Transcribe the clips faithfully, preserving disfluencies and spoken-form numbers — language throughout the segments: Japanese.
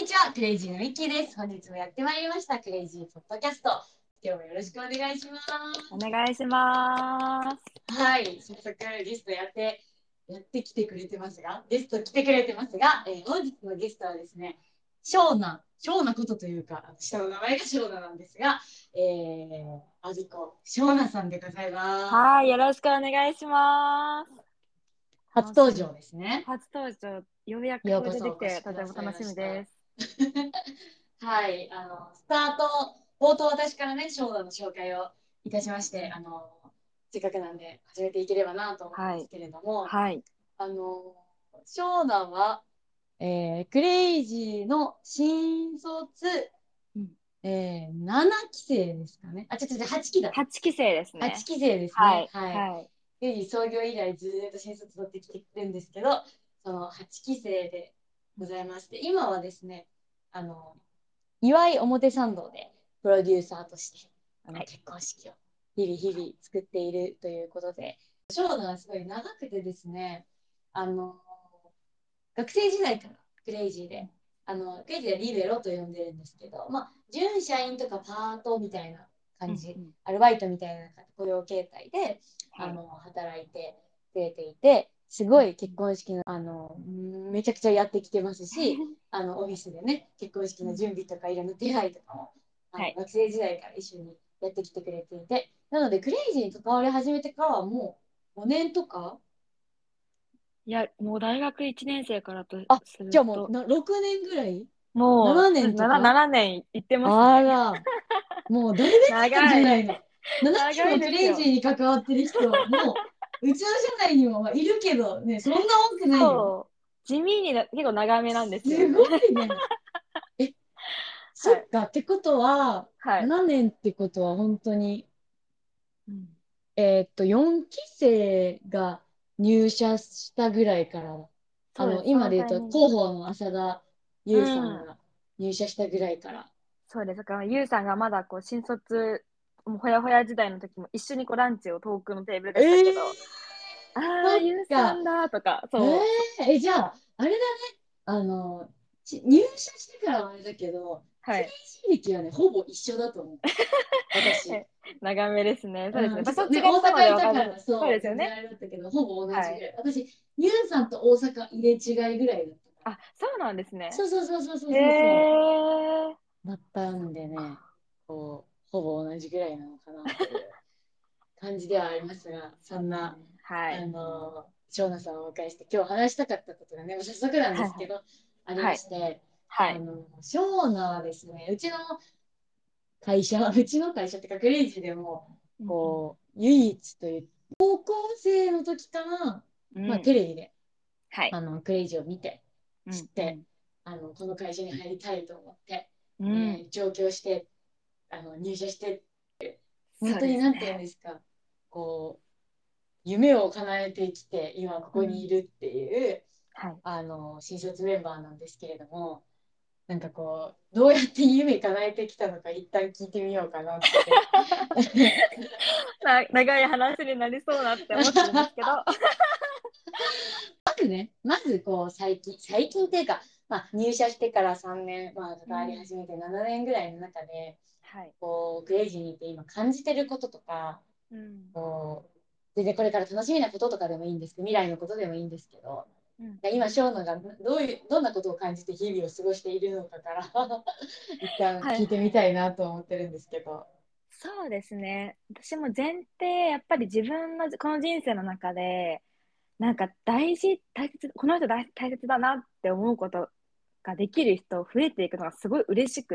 にちは、クレイジーのミッキーです。本日もやってまいりました、クレイジーポッドキャスト。今日もよろしくお願いします。 お願いします。 はい、早速ゲストやって、やってきてくれてますが、ゲスト来てくれてますが、えー本日のゲストはですね、ショーナ、ショーナことというか、下の名前がショーナなんですが、えー、あずこ、ショーナさんでございます。 はい、よろしくお願いします。 初楽しみ。 登場ですね。 初登場、ようやくよう登場でこそお越しきてとてくださいも楽しみました。 です。 はい、あの、スタート、冒頭私からね、ショーナの紹介をいたしまして、あの、せっかくなんで始めていければなと思うんはい。 ですけれども、 はい。 あの、ショーナは、えー、クレイジーの新卒、 うん、 えー、ななき生ですかね。あ、ちょちょちょ、はちきだ。 はちき生ですはちね。 き生ですね。 はい。 はい。 はい。 クレイジー創業以来ずーっと新卒取ってきてるんですけど、そのはちき生でございまして、今はですね、あの、岩井表参道でプロデューサーとしてあのはい。 結婚式を日々日々作っているということで、ショーがすごい長くてですね、あの学生時代からクレイジーで、あのクレイジーでリベロと呼んでるんですけど、まあ、準社員とかパートみたいな感じ、 うんうん。 アルバイトみたいな雇用形態ではい。 あの働いてくれていて、すごい結婚式のあのめちゃくちゃやってきてますし、あのオフィスでね、結婚式の準備とかいろんな手配とかもあはい。 の学生時代から一緒にやってきてくれていて、なのでクレイジーに関わり始めてからはもうごねんとか、 いや、もう大学いちねん生からとあ、 すじゃあもうると、 なろくねんぐらい？ もう、 ななそうです。 年となな、 か。 ななねんいってますね。 あら、もう大ベテランじゃ長い。 ないの。ななねん長いもクレイジですよ。 ーに関わってる人、もう、うちの社内にもまあいるけどね、そんな多くないよ。 そう。地味にな結構長めなんですよね。 すごいね。え、 はい。 そっか。ってことは、 はい。 ななねんってことは本当に、 うん、 えーっと、よんき生が入社したぐらいから、あの、 そうです。その今で言うと、 タイミング。 広報の浅田う優さんん。 が入社したぐらいから。 そうです。だから、ゆうさんがまだこう新卒、もうほやほや時代の時も一緒にこうランチを遠くのテーブルでしたえー、 けど、ああ、 そっゆうさか。 んだとか、 えー、 そう。そえ、じゃあ、あれだね。あの、ち入社してからはあれだけど、クレイはい。 ジー歴はね、ほぼ一緒だと思う。私。 え長めですね。そうですうん、 ね。場所ちょっとね、大違ったの阪いたかでわかんない。 らそう、 そうですよね。 全然あれだったけど、ほぼ同じはい。 ぐらい。私、ユンさんと大阪入れ違いぐらいだったから。 あ、そうなんですね。 そうそうそうそうそうへそうそえ。 う。だったんでね、こう、ほぼ同じぐらいなのかなという感じではありますが、そんな、 そうですね。はあい。 の、ショーナさんをお迎えして、今日話したかったことがね、早速なんではいはい。 すけど、ありはい。 まして、 はい。 あの、ショーナはですね、うちの会社、うちの会社ってか、クレイジーでも、 うんこう、唯一という、高校生の時から、 うん。 まあ、 うん。 テレビで、 はい。 あの、クレイジーを見て、 うんうん。 知って、あの、この会社に入りたいと思って、 うん。 えー上京して、あの、入社して、本そう当になんて言うんですね。 ですか、こう、夢を叶えてきて、今ここにいうん。 るっていう、 はい。 あの、新卒メンバーなんですけれども、なんかこう、どうやって夢叶えてきたのか一旦聞いてみようかなって。 な長い話になりそうなって思ってるんですけど。 まずね、まずこう最近、最近っていうか、まあ、入社してからさんねん、まあ、関わりうん。 始めてななねんぐらいの中で、 はい。 こう、クレイジーにいて今感じてることとか、 うん。 こう、全然これから楽しみなこととかでもいいんですけど、未来のことでもいいんですけど、 うん。 今、ショーノがどういう、どんなことを感じて日々を過ごしているのかから一旦聞いてみはいはい。 たいなと思ってるんですけど。 そうですね。私も前提、やっぱり自分のこの人生の中で、なんか大事、大切、この人大大切だなって思うことができる人増えていくのがすごい嬉しくって、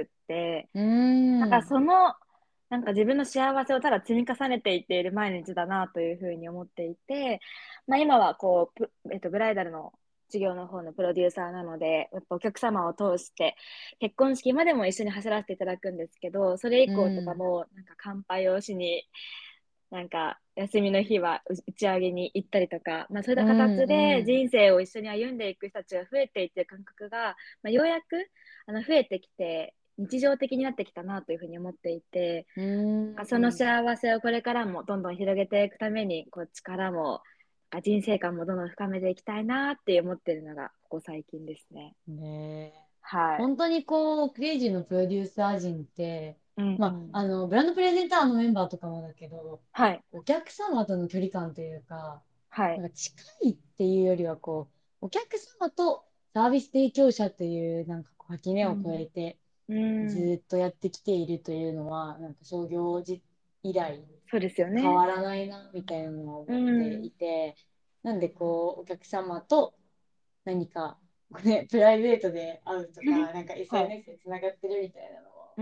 うーなんかん。 その、なんか自分の幸せをただ積み重ねていっている毎日だなというふうに思っていて、まあ今はこう、プえっと、ブライダルの事業の方のプロデューサーなので、やっぱお客様を通して結婚式までも一緒に走らせていただくんですけど、それ以う降とかん。 もなんか乾杯をしに、なんか休みの日は打ち上げに行ったりとか、まあそういっうた形でん。 人生を一緒に歩んでいく人たちが増えていってる感覚が、まあ、ようやくあの増えてきて、日常的になってきたなというふうに思っていて、 うん。 まあそのうん。 幸せをこれからもどんどん広げていくために、こう力も、人生観もどんどん深めていきたいなって思ってるのが、ここ最近ですね。 ねえ。 はい。 本当にこう、クレイジーのプロデューサー陣って、 うんうまあ、 ん。 あの、ブランドプレゼンターのメンバーとかもだけど、 はい。 お客様との距離感というか、 はい。 なんか近いっていうよりは、こう、お客様とサービス提供者という、なんかこう、垣根を越うん。 えて、 うん。 ずーっとやってきているというのは、なんか創業時以来、 そうですよね。 変わらないな、みたいなのをう思ってん。 いて、なんでこう、お客様と何か、ね、プライベートで会うとか、なんかはい。 エスエヌエス でつながってるみたいなのうん。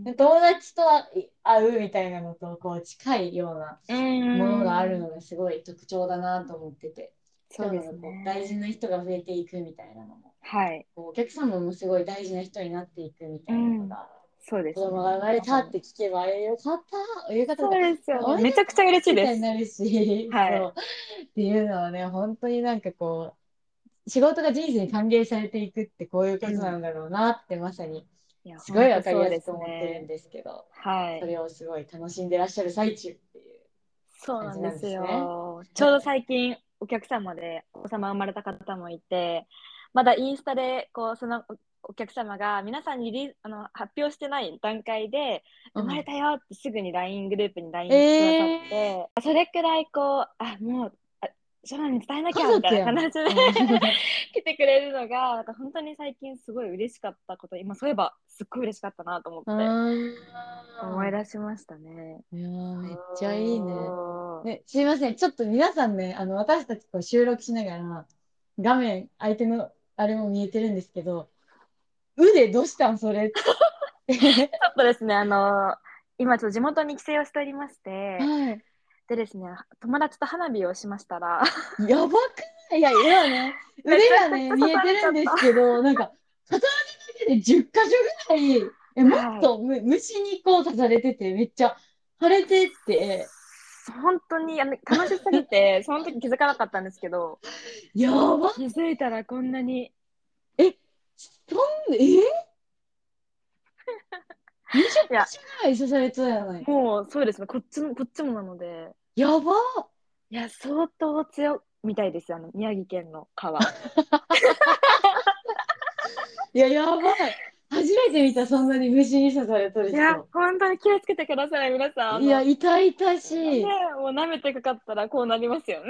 も、友達と会うみたいなのとこう近いようなうものがあるん。 のがすごい特徴だなと思ってて、しそうですかもなんかこう大事ね。 な人が増えていくみたいなのも、 はい。 こうお客様もすごい大事な人になっていくみたいなのうん。 が、 そうですね。 子供が生まれまさに。 たって聞けば、えーよかった、よかったとか、 そうですよね。 おめでとめちゃくちゃ嬉しうみたいにいです。 なるし、 はい。 そう、っていうのはね、本当になんかこう、仕事が人生に還元されていくってこういうことうん。 なんだろうなってまさにいや、 すごいほんとわかりやすくそうです思ってるんね。 ですけど、 はい。 それをすごい楽しんでらっしゃる最中っていうそう感じなんでなんですすね。 よ。ちょうど最近お客様でお子様生まれた方もいて、まだインスタでこうそのおお客様が皆さんにリあの発表してない段階で、生まれうん。 たよってすぐに ライン グループに ライン くださっえー、 て、それくらいこう、あ、もう、あ、将来に伝えなき家ゃみたいな族やん。 感じでうん。 来てくれるのが、なんか本当に最近すごい嬉しかったこと、今そういえばすっごい嬉しかったなと思っうてーん。 思い出しましたね。 いやー、めっちゃいいね。 そう。 ね、すいません。ちょっと皆さんね、あの、私たちこう収録しながら、画面、相手のあれも見えてるんですけど、腕どうしたんそれって。 ちょっとですね、あの今ちょっと地元に帰省をしておりまして、 はい。 でですね、友達と花火をしましたら、 やばくない？いや、今ね、 めちゃくちゃ腕がね、見刺えてるんでされちゃった。 すけど、なんか、片腕だけでじゅっ箇所ぐらい、え、もっはい。 とむ虫にこう刺されてて、めっちゃ腫れてて、 本当にあの楽しすぎて、その時気づかなかったんですけど、 やば、 気づいたらこんなに、 え、そん、え ?にじゅういや、 箇所ぐらい刺されそうやない？ もうそうですね、こっちも、こっちもなので、 やば。 いや、相当強みたいです、あの、宮城県の川。 いや、やばい。初めて見た、そんなに虫に刺されとるいや、 人。 本当に気をつけてください、皆さん。あいや、 の、ね、 痛々しい。 もう舐めてかかったらこうなりますよね。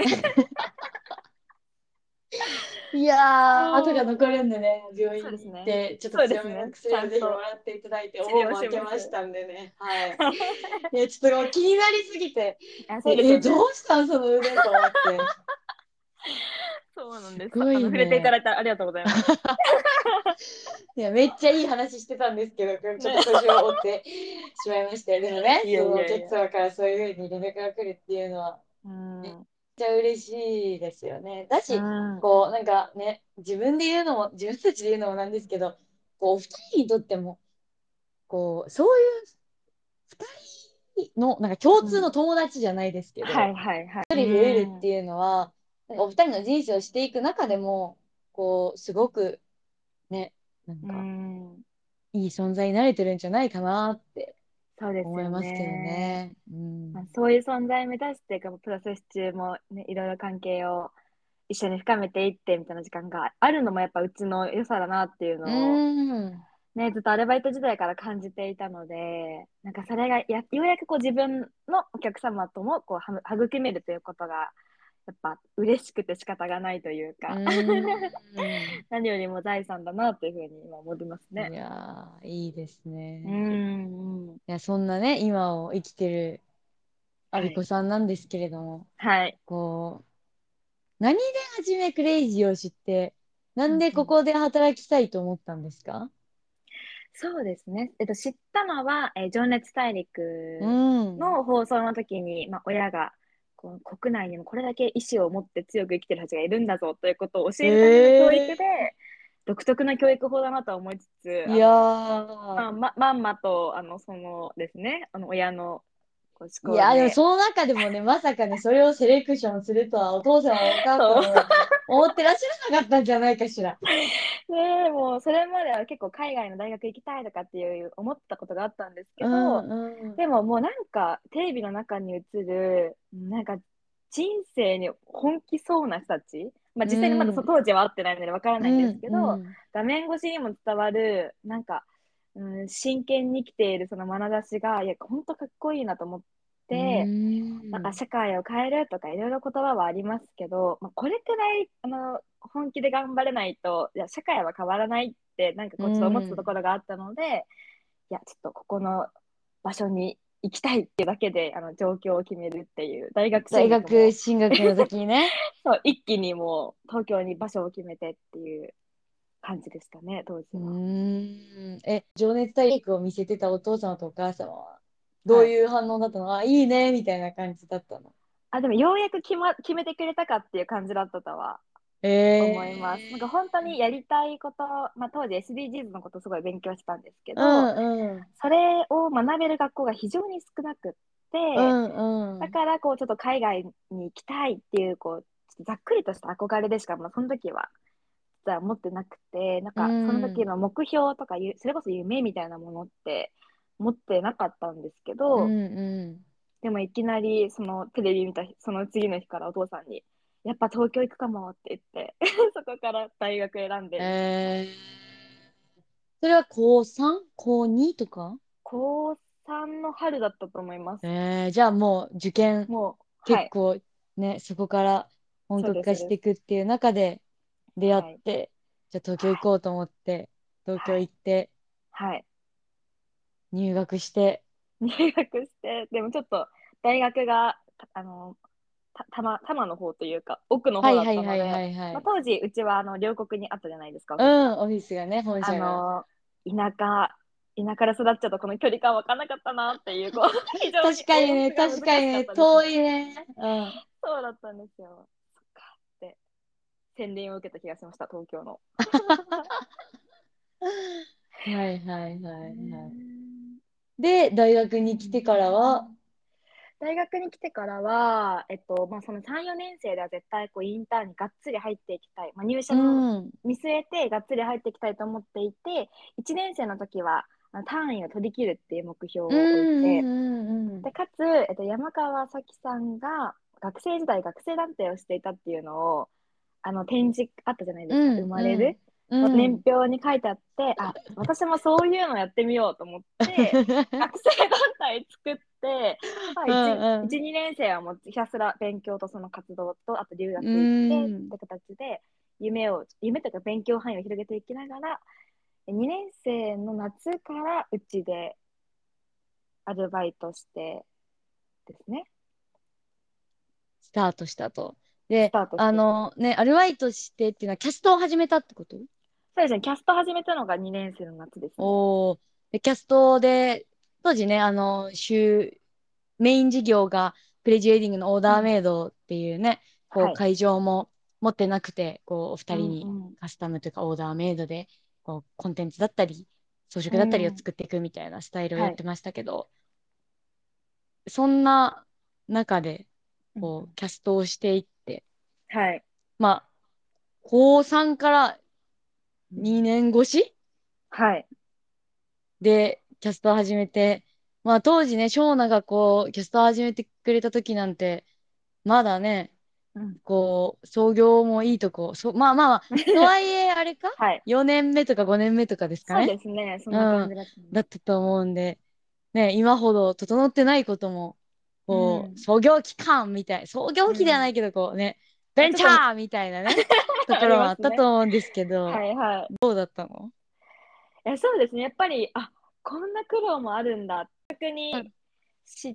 いやー、後が残そう。 るんでね、病院に行っそうですね。 て、ちょっとそうですね。 強めの薬をぜひもちゃんとらっていただいて、お治盆も療します。 明けましたんでね。はい。いや、ちょっともう気になりすぎて、 あ、そうですえ、え、 よね。 どうしたんその腕と思って。 そうなんです。 すごあの、触れていたいね。 だいてありがとうございます。 いや、めっちゃいい話してたんですけど、これちょっね。 と腰を折ってしまいましたよ。でもね、 いやそのおいやいや。 客様からそういうふうに連絡が来るっていうのは、 うん。うめっちゃ嬉しいですよね。だし、 ん。 こう、なんかね、自分で言うのも、自分たちで言うのもなんですけど、こう、お二人にとっても、こう、そういう二人の、なんか共うん。 通の友達じゃないですけはいど、 はいはい。う一人増えるってん。 いうのは、なんかお二人の人生をしていく中でも、こう、すごくね、なんうか、 ん。 いい存在になれてるんじゃないかなってそうですよ思いますけどね。 ね。うまあ、 ん。 そういう存在を目指して、プロセス中もね、いろいろ関係を一緒に深めていってみたいな時間があるのもやっぱうちの良さだなっていううのをん。 ね、ずっとアルバイト時代から感じていたので、なんかそれがや、ようやくこう自分のお客様ともこうはぐ育めるということが、やっぱ嬉しくて仕方がないといううか、 ん。 何よりも財産だなというふうに今思いますいね。 やー、いいですうね。 ん、うん。 いや、そんなね、今を生きてるアはい。 ビコさんなんですけれども、 はい。 こう、何で初めクレイジーを知って、なんでうんうん、 ここで働きたいと思ったんですか？ そうですね。えっと、知ったのは、えー情熱大う陸ん。 の放送の時に、まあ、親が、こう国内にもこれだけ意志を持って強く生きてる人がいるんだぞということを教えるための教育で、 え独特な教育法だなとは思いつつ、 ー、いやあの、まあ、 ー、 ま、まんまと、あの、そのですね、あの、親のこういや、でも思考で、 その中でもね、まさかね、それをセレクションするとは、お父様もお母そう。 様も思ってらっしゃらなかったんじゃないかしら。 ね、もう、それまでは結構海外の大学行きたいとかっていう思ったことがあったんですけうど、 んうん。 でももうなんかテレビの中に映る、なんか人生に本気そうな人たち、 まあ、 う実際にまだそん。 当時は会ってないのでわからないんですうん。 けど、 うん。 画面越しにも伝わる、なんか、うん、真剣に生きているその眼差しが、いや、ほんとかっこいいなと思っうて、なんかん。 社会を変えるとかいろいろ言葉はありますけど、まあ、これくらい、あの、本気で頑張れないと、いや、社会は変わらないって、なんかうこう、ちょっと思ってたとこん。 ろがあったので、いや、ちょっとここの場所に行きたいっていうだけで、あの、上京を決めるっていう、大学大進学も、 学進学の時にね。 そう、一気にもう、東京に場所を決めてっていう感じでしたね、当時うは。 ーん。え、情熱大陸を見せてたお父様とお母様は、どはい。 ういう反応だったの？あ、いいね、みたいな感じだったの？ あ、でも、ようやく決ま、決めてくれたかっていう感じだったとは思います。なんか本当ええにやりたいこと、まあ当時 エスディージーズ のことすごい勉強してたんですけうど、 んうん。 それを学べる学校が非常に少なくって、 うんうん。 だからこうちょっと海外に行きたいっていう、こう、ちょっとざっくりとした憧れでしか、まあその時は実は持ってなくて、なんうかその時ん。 の目標とかいう、それこそ夢みたいなものって持ってなかったんですけど、 うんうん。 でもいきなりそのテレビ見たその次の日からお父さんに、やっぱ東京行くかもって言って、そこから大学選んでみたいな。 えー、それは高 さん？ 高 に とか？ 高さんの春だったと思います。 えー、じゃあもう受験もう、はい。 結構ね、そこから本そうです、 格化していそうです。 くっていう中で出会っはい。 て、じゃあ東京行はい。 こうと思って、東京はい。 行ってはい。 入学して、 入学して、でもちょっと大学が、たあの、た、たま、多摩の方というか、奥のはい方だっはいはいはたので、まあ、 いはい。 当時、うちはあの両国にあったじゃないですか、オうん、 フィスが。 オフィスがね、本あ社が。 の、田舎、田舎で育っちゃったこの距離感分かんなかったなっていう、こう、非常に往確かにね、 復が難し確かにね、 かったです遠ね。 いね。うん。 そうだったんですよ。そっかって、洗礼を受けた気がしました、東京の。 はいはいはうーいはい。 んで、大学に来てからは、 大学に来てからは、えっと、まあ、そのさん、よねん生では絶対こうインターンにがっつり入っていきたい。まあ、入社うもん、 見据えてがっつり入っていきたいと思っていて、いちねん生の時はあの単位を取り切るっていう目標うん、 を置いて、 うん、うん、 で、かつ、えっと、山川咲さんが学生時代学生団体をしていたっていうのを、あの、展示あったじゃないですか、生うん、うん、 まれる。のうん。 年表に書いてあって、あ、私もそういうのやってみようと思って、学生団体作って、まあ、 う 1、 ん、うん。 いち、にねん生はもうひたすら勉強とその活動と、あと留う学行ってっん。 て形で、夢を、夢というか勉強範囲を広げていきながら、にねん生の夏からうちでアルバイトしてですね、 スタートしたと。 スで、あタートしてて。 のね、アルバイトしてっていうのはキャストを始めたってこと？ そうですね、キャスト始めたのがにねん生の夏ですね。 おー。で、キャストで、当時ね、あの、週、メイン事業がプレジウェディングのオーうん。 ダーメイドっていうね、こうはい。 会場も持ってなくて、こうお二うん人にうん。 カスタムというかオーダーメイドで、こうコンテンツだったり、装飾だったりをうん。 作っていくみたいなスタイルをやはい。 ってましたけど、そんな中で、 うんうん。 こう、キャストをしていって、 はい。 まあ、高さんからうん。 にねん越しはい。 でキャストを始めて、まあ当時ね、ショーナがこう、キャストを始めてくれた時なんて、まだね、 うん。 こう、創業もいいとこ、そ、まあまあまあ、とはいえ、あれか？ はい。 よ 年目とかごねんめとかですかそうね。 ですね。そんうん、 な感じだっただね。 ったと思うんで、ね、今ほど整ってないことも、 うこう、 ん。 創業期間みたい、創業期ではなうん。 いけど、こうね、ベンチまあちょっとャーみたいなね、とこありろもあったますね。 と思うんですけど、 はいはい。 どうだったの？ え、そうですね。やっぱり、あ、こんな苦労もあるんだ。 うん、 知って、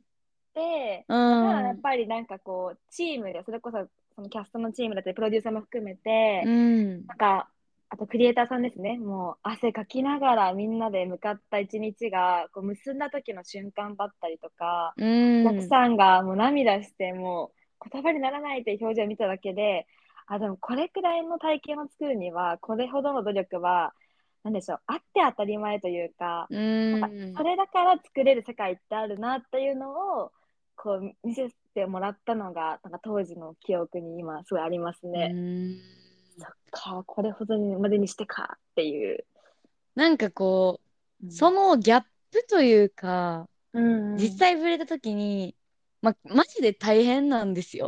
うまあ、ただやっん、 ぱりなんかこう、チームで、それこそ、そのキャストのチームだったり、プロデューサーも含めて、 うん、 なんか、あとクリエイターさんですね。もう汗かきながらみんなで向かった一日が、こう結んだ時の瞬間だったりとか、 うお客ん、 さんがもう涙して、もう言葉にならないという表情を見ただけで、あ、でもこれくらいの体験を作るには、これほどの努力は、なんでしょう、あって当たり前というか、 うなんか、そん、 れだから作れる世界ってあるなっていうのを、こう、見せてもらったのが、なんか当時の記憶に今すごいありますうね。 ん。 そっか、これほどにまでにしてかっていう。 なんかこう、そうん。 のギャップというか、 うんうん。 実際触れた時に、ま、マジで大変なんですよ。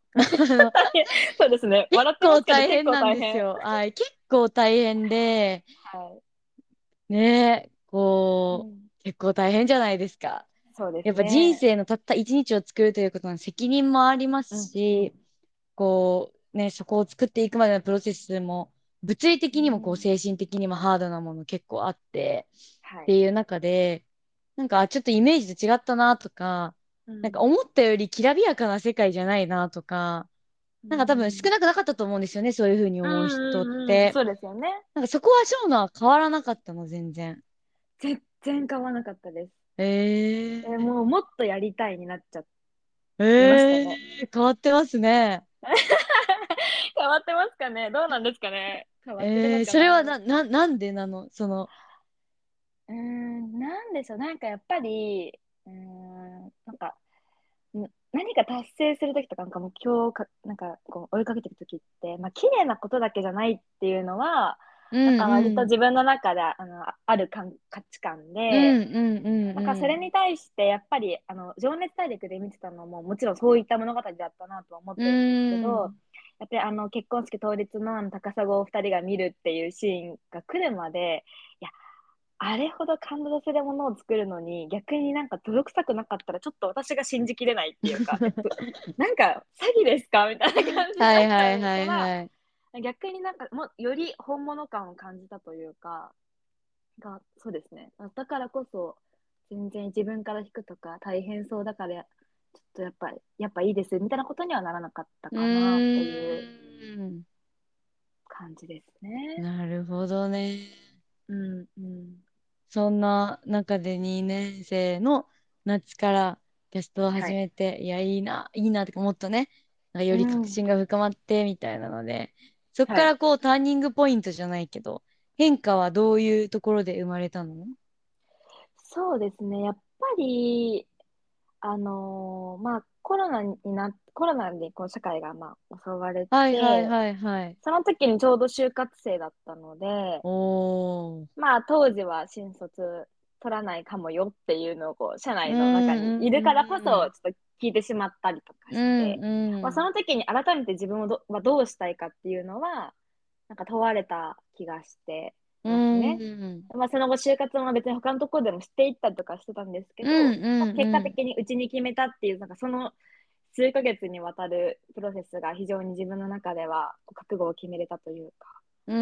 あの、 そうですね。 結笑ってますけど結構構大変なん大変。 ですよ。はい、結構大変で、 はい。 ね、こうん、 う、結構大変じゃないですか。 そうでやっぱ人すね。 生のたった一日を作るということの責任もありまうん、 すし、 うん。 こう、ね、そこを作っていくまでのプロセスも、物理う的にもこうん、 精神的にもハードなもの結構あって、 はい。 っていう中で、なんか、あちょっとイメージと違ったなとか、なんかうん。 思ったよりきらびやかな世界じゃないなとか、 うなんか多分少ん。 なくなかったと思うんですよね、そういうふうにうん思う人っうんうん。 て。 そうですよね。 なんかそこはショーのは変わらなかったの、全然。 全然買わなかったです。えーええもうもっとやりたいになっちゃいましたえね。 え変わってますね。 変わってますかね。どうなんですかね。変わってるのええかな。 それはな、な、なんでなのその、 うーん、なんでしょう。なんかやっぱり、うーん、なんか、ん何か達成するときとか、なんか目標をか、なんかこう追いかけてるときって、まあ、綺麗なことだけじゃないっていうのは、 うなんか割とんうん。 自分の中であのあるかん価値観で、 うんうんうんなんかそうん。 れに対してやっぱりあの情熱大陸で見てたのももちろんそういった物語だったなとは思っうてるんですけど、 ーん。 やっぱりあの結婚式当日のあの高砂を二人が見るっていうシーンが来るまで、いや、あれほど感動するものを作るのに逆になんか泥臭くなかったらちょっと私が信じきれないっていうか、えっと、なんか詐欺ですかみたいな感じにはなっちゃいはいはうから、 いはい。 逆になんかもうより本物感を感じたというか、が、そうですね。だからこそ、全然自分から弾くとか大変そうだから、ちょっとやっぱり、やっぱいいですみたいなことにはならなかったうかなっていうーん。 感じですね。 なるほどね。 うん、うん。 そんな中でにねん生の夏からキャストをはい。 始めて、いや、いいな、いいなってかもっとね、なんかより確うん。 信が深まってみたいなので、そこはい。 からこうターニングポイントじゃないけど、変化はどういうところで生まれたの？ そうですね。やっぱり、あのーまあ、コロナにな、コロナでこう社会がまあ襲われはいはいて、 はいはい。 その時にちょうど就活生だったので、 おー。 まあ、当時は新卒取らないかもよっていうのをこう社う内の中にいんるからこそ、ちょっうんと聞いてしまったりとかうん。うして、まあ、そんうん。 の時に改めて自分をどはどうしたいかっていうのは、なんか問われた気がしてうますね。 ん。 まあ、その後、就活も別に他のところでもしていったりとかしてたんですけうど、まあ、 んうん結果うん。 的にうちに決めたっていう、なんかその数ヶ月にわたるプロセスが非常に自分の中では覚悟を決めれたというか、 うん。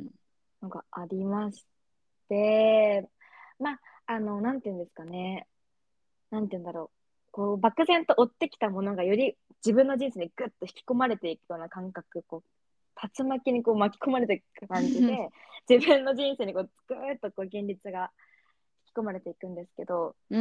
なんかありまして、まあ、あの、なんていうんですかね。なんていうんだろう。こう、漠然と追ってきたものがより自分の人生にグッと引き込まれていくような感覚、こう、竜巻にこう巻き込まれていく感じで、自分の人生にこう、ぐーっとこう、現実が引き込まれていくんですけど、 うん。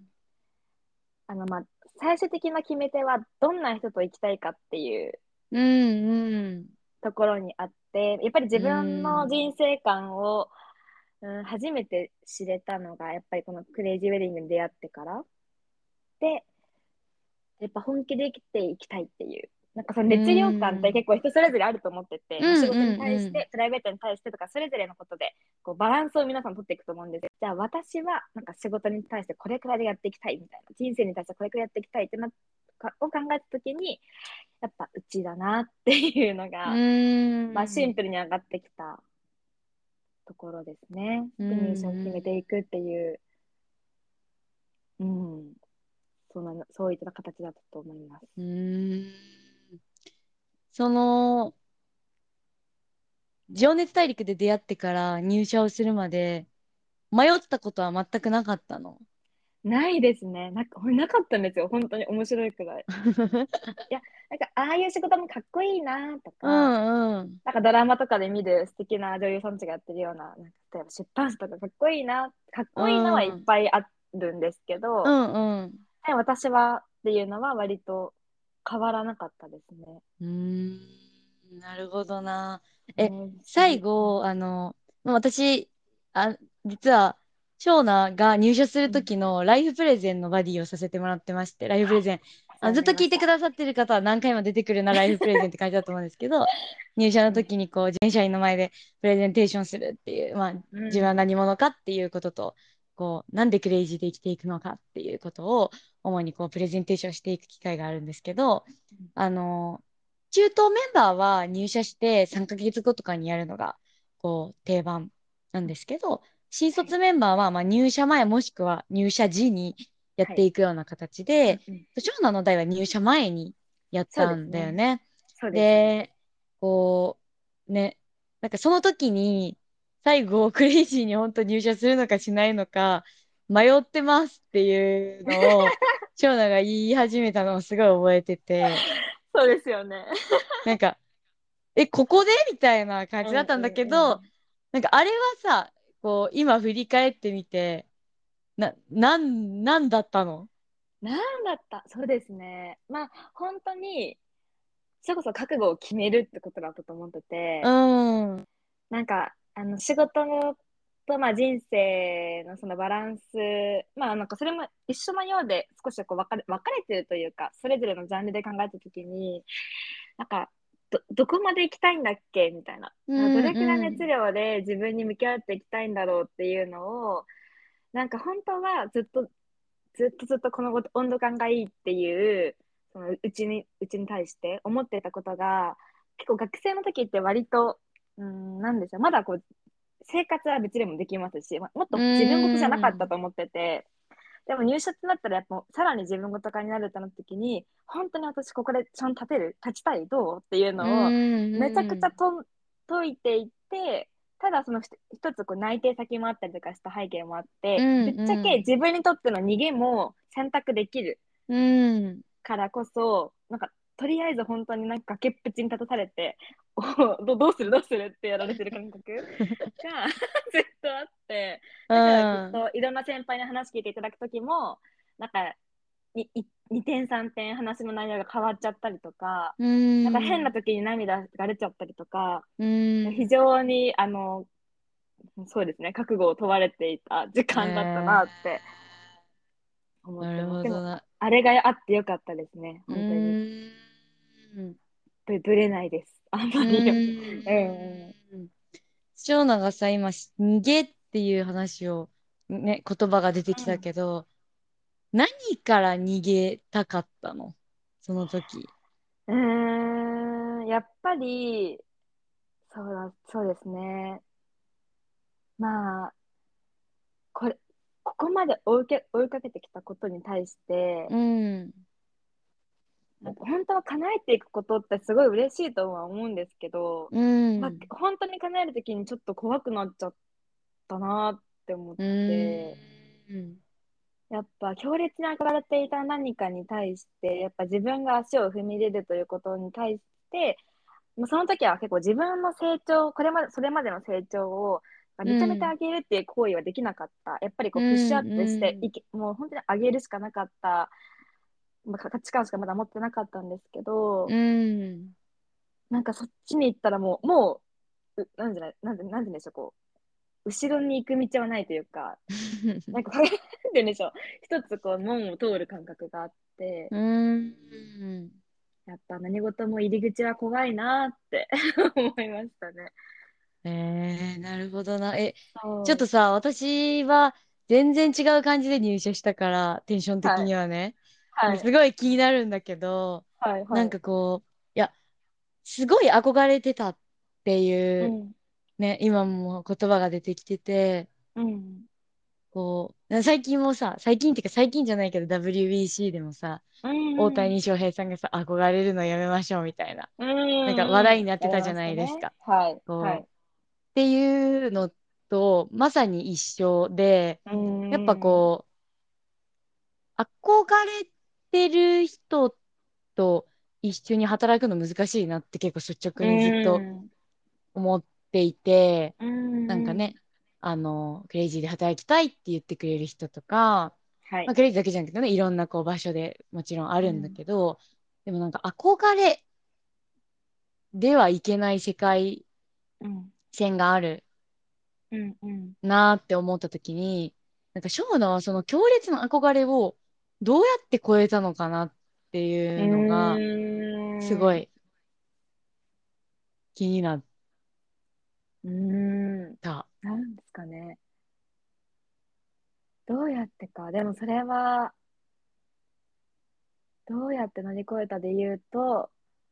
あの、まあ、最終的な決め手は、どんな人と生きたいかっていううんうん。 ところにあって、やっぱりう自分のん。 人生観を、うん、初めて知れたのが、やっぱりこのクレイジーウェディングに出会ってからで、やっぱ本気で生きていきたいっていう。なんかそのう熱量感ってん。 結構人それぞれあると思ってて、まあ、仕うん事にうんうん。 対して、プライベートに対してとか、それぞれのことで、こうバランスを皆さん取っていくと思うんですよ。じゃあ私は、なんか仕事に対してこれくらいでやっていきたいみたいな、人生に対してこれくらいやっていきたいってなかを考えたときに、やっぱうちだなっていうのうが、まあシンん。 プルに上がってきたところですね。 うで、入社を決めん。 ていくっていう、うん、そうなの、そういった形だったと思います。 うん。その、情熱大陸で出会ってから入社をするまで、迷ったことは全くなかったの？ ないですね。なか、なかったんですよ。本当に面白いくらい。いや、なんか、ああいう仕事もかっこいいなとうか、 んうん。 なんかドラマとかで見る素敵な女優さんたちがやってるような、なんか例えば出版社とかかっこいいな、かっうこいいのはいっん。 ぱいあるんですけうど、 んうん。 で私はっていうのは割と変わらなかったですね。 うーん、なるほどな。え、 ね、不思議。 最後、あの、まあ私、あ、実は、ショーナが入社するうん。 時のライフプレゼンのバディをさせてもらってまして、ライフプはい。 レゼン。 お世あ、 話にずっと聞いてくなりました。 ださってる方は何回も出てくるなライフプレゼンって感じだと思うんですけど、入社のうん。 時にこう、全社員の前でプレゼンテーションするっていう、まあ、自分はうん。 何者かっていうことと、こう、なんでクレイジーで生きていくのかっていうことを主にこうプレゼンテーションしていく機会があるんですけど、あの、中東メンバーは入社してさんかげつごとかにやるのがこう定番なんですけど、新はい。 卒メンバーはまあ入社前もしくは入社時にやっはい。 ていくような形で、 うんうん。 長男の代は入社前にやっそうたんだよですね。 ね。 そうですね。 で、こう、ね、なんかその時に最後クレイジーに本当入社するのかしないのか迷ってますっていうのを長男が言い始めたのをすごい覚えてて、 そうですよね。 なんか、え、ここでみたいな感うんうじだったんだけど、 んうん。 なんかあれはさ、こう、今振り返ってみて、な、なん、なんだったの？ なんだった、そうですね。まあ、本当に、それこそ覚悟を決めるってことだったと思ってうて、 ーん、 なんか、あの、仕事のと、まあ、人生のそのバランス、まあ、なんかそれも一緒のようで、少しこう分かれ、分かれてるというか、それぞれのジャンルで考えたときに、なんか、ど、どこまで行きたいんだっけみたいな。 うなんかどん、 れくらいうん、 熱量で自分に向き合っていきたいんだろうっていうのを、なんか本当はずっと、ずっとずっとこの温度感がいいっていう、そのうちに、うちに対して思ってたことが、結構学生の時って割と、うん、なんでしょう、まだこう、生活は別でもできますし、まもっうと自分事じゃなかったん、 と思ってて、でも入社ってなったらやっぱさらに自分事化になるってなった時に、本当に私ここでちゃんと立てる立ちたいどうっていううのをめちゃくちゃん、 と解いていって、ただその一つこう内定先もあったりとかした背景もあって、ぶっうん、 ちゃけうん、 自分にとっての逃げも選択できるうん、 からこそ、なんかとりあえず本当になんか崖っぷちに立たされて、おどどうするどうするってやられてる感覚がずっとあって、 うだからきっん、 といろんな先輩に話聞いていただくときも、なんかにいにてんさんてん話の内容が変わっちゃったりとか、 うなんか変なん、 時に涙が出ちゃったりとか、 う非ん、 常にあの、そうですね、覚悟を問われていた時間だったなえって思っー、なるてます。でも、 ほどな。 あれがあってよかったですね、 う本当に。 ーん、 ぶぶれないです。あんうまり。うん。 ーん。長男がさ、今、逃げっていう話を、ね、言葉が出てきたけど、何から逃げたかったの？その時。 うん。うーん、やっぱり、そうだ、そうですね。まあ、これ、ここまで追いけ、追いかけてきたことに対して、 うん、 なんか本当は叶えていくことってすごい嬉しいとは思うんですけど、 うまあ、 ん、 本当に叶えるときにちょっと怖くなっちゃったなって思っうーて、 ん、 やっぱ強烈に憧れていた何かに対して、やっぱ自分が足を踏み入れるということに対して、もうその時は結構自分の成長、これまで、それまでの成長をう認めてん、 あげるっていう行為はできなかった。やっぱりこうプッシュアッうん、 プしてうん、 いけ、もう本当にあげるしかなかった、まあ、価値観しかまだ持ってなかったんですけど、 うん。 なんかそっちに行ったらもう、もう、うなんじゃない、なんで、なんででしょう、こう、後ろに行く道はないというか、なんか、なんて言うんでしょう、一つこう、門を通る感覚があって、 うん。 やっぱ何事も入り口は怖いなって思いましたね。 えー、なるほどな。え、ちょっそう。 とさ、私は全然違う感じで入社したから、テンション的はい。 にはね。 はい。 ですごい気になるんだけど、 はい。 なんはい。 かこう、いや、すごい憧れてたっていう、 うん。 ね、今も言葉が出てきてて、 うん。 こう、最近もさ、最近っていうか最近じゃないけど ダブリュービーシー でもさ、 うん。 大谷翔平さんがさ、憧れるのやめましょうみたいな、 うなんか話題ん。うん。 になってやりたじゃましたね。 ないですか。 はい。はこう、 い。 っていうのと、まさに一緒で、 うやっぱん。 こう、憧れてる人と一緒に働くの難しいなって結構率う直にずっとん。 思っていて、 うん。 なんかね、あの、クレイジーで働きたいって言ってくれる人とか、 はい。 まあ、クレイジーだけじゃなくてね、いろんなこう場所でもちろんあるんだうん。 けど、でもなんか憧れではいけない世界うん。 線があるうん。うん。 なーって思った時に、なんかショーナはその強烈な憧れをどうやって超えたのかなってういうのがすごん。 い気になっうん。 た。 なんですかね。どうやってか。でもそれは、 どうやって乗り越えたで言うと、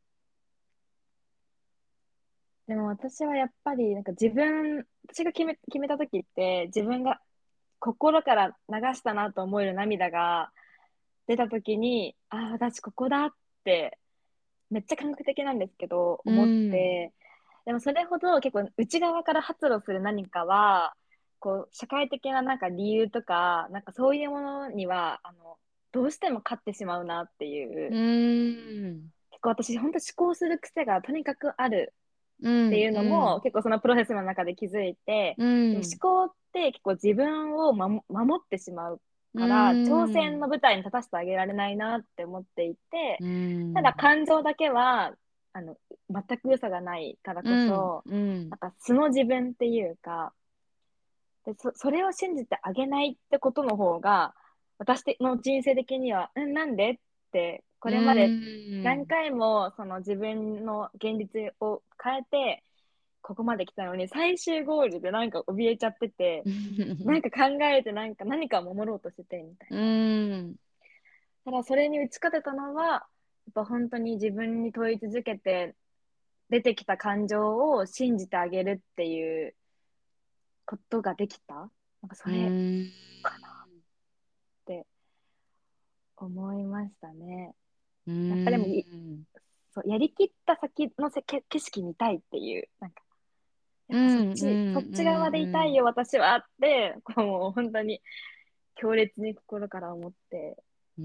でも私はやっぱりなんか自分、私が決め、決めた時って自分が心から流したなと思える涙が出た時に、ああ、私ここだってめっちゃ感覚的なんですけど、 う思っん。 て、でもそれほど結構内側から発露する何かは、こう、社会的ななんか理由とか、なんかそういうものには、あの、どうしても勝ってしまうなっていうう、 ん。 結構私本当思考する癖がとにかくあるうん。 っていうのうん。 も結構そのプロセスの中で気づいて、 うでもん。 思考って結構自分を、ま、守ってしまううから挑戦ん。 の舞台に立たせてあげられないなって思っていて、 うただん。 感情だけはあの全く嘘がないからうこん。 そ、 うん。 なんか素の自分っていうか、でそそれを信じてあげないってことの方が私の人生的には、んなんでってこうれまで何ん。 回もその自分の現実を変えてここまで来たのに、最終ゴールでなんか怯えちゃってて、なんか考えてなんか何か守ろうとしててみたいうな。 ん。 ただそれに打ち勝てたのは、やっぱ本当に自分に問い続けて出てきた感情を信じてあげるっていうことができた。なんかそうれん。 かなって思いましたね。 うやっぱでもいん。 そうやりきった先のせけ景色見たいっていう、なんかやうん。 っぱそっうん。 ち、そっち側でいたうん。 いよ、私はって、こうもう本当に強烈に心から思って、 うん。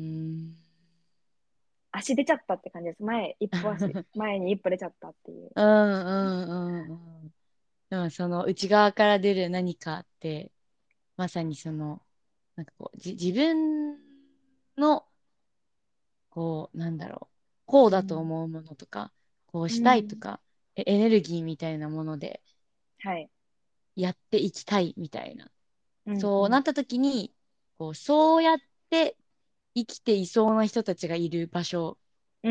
足出ちゃったって感じです。前、一歩足、前に一歩出ちゃったっていう。 うん。うん。うん。でもその内側から出る何かって、まさにその、なんかこう、じ、自分の、こう、なんだろう、こうだとうん。 思うものとか、こうしたいとうん。 か、えエネルギーみたいなものではい。 やっていきたいみたいな。 うん。うん。 そうなった時に、こう、そうやって生きていそうな人たちがいる場所うん。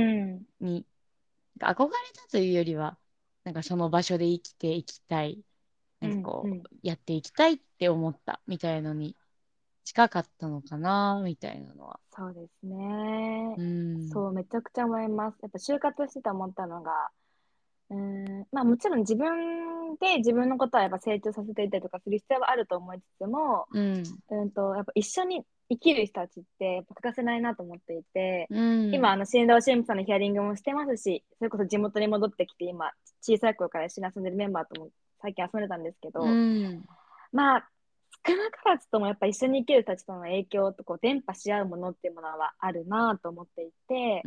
に、憧れたというよりは、なんかその場所で生きていきたい。なんかうん。うこん。 う、やっていきたいって思ったみたいのに近かったのかな、みたいなのは。 そうですね。 うん。 そう、めちゃくちゃ思います。やっぱ就活してて思ったのが、うーん、まあもちろん自分で自分のことはやっぱ成長させていったりとかする必要はあると思いつつも、 うん。 うんと、やっぱ一緒に生きる人たちってやっぱ欠かせないなと思っていて、 う今、 ん。 あの、新郎新婦さんのヒアリングもしてますし、それこそ地元に戻ってきて、今、小さい頃から一緒に遊んでるメンバーとも最近遊んでたんですけうど、 ん。 まあ、少なからずともやっぱ一緒に生きる人たちとの影響とこう伝播し合うものっていうものはあるなと思っていて、 うん。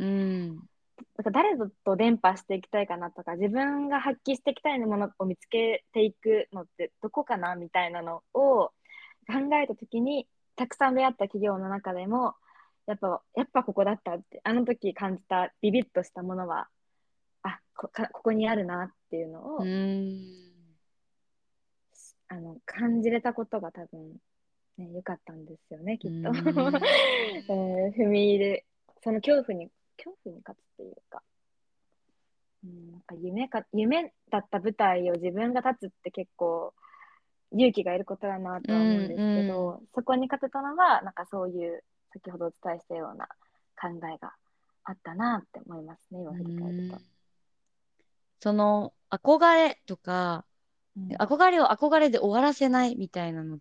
だから誰と伝播していきたいかなとか、自分が発揮していきたいものを見つけていくのってどこかなみたいなのを考えたときに、たくさん出会った企業の中でも、やっぱ、やっぱここだったって、あの時感じたビビッとしたものは、あ、こ、かここにあるなっていうのうを、 ん。 あの、感じれたことが多分、ね、良かったんですよね、 うきっと。 ん。 えー踏み入れ、その恐怖に、恐怖に勝つっていうか、うん、なんか夢か、夢だった舞台を自分が立つって結構勇気がいることだなうとは思うんですけん。 ど、そこに勝てたのは、なんかそういう先ほどお伝えしたような考えがあったなって思いますね、今う振り返ると。 ん。その憧れとか、 うん。 憧れを憧れで終わらせないみたいなのって、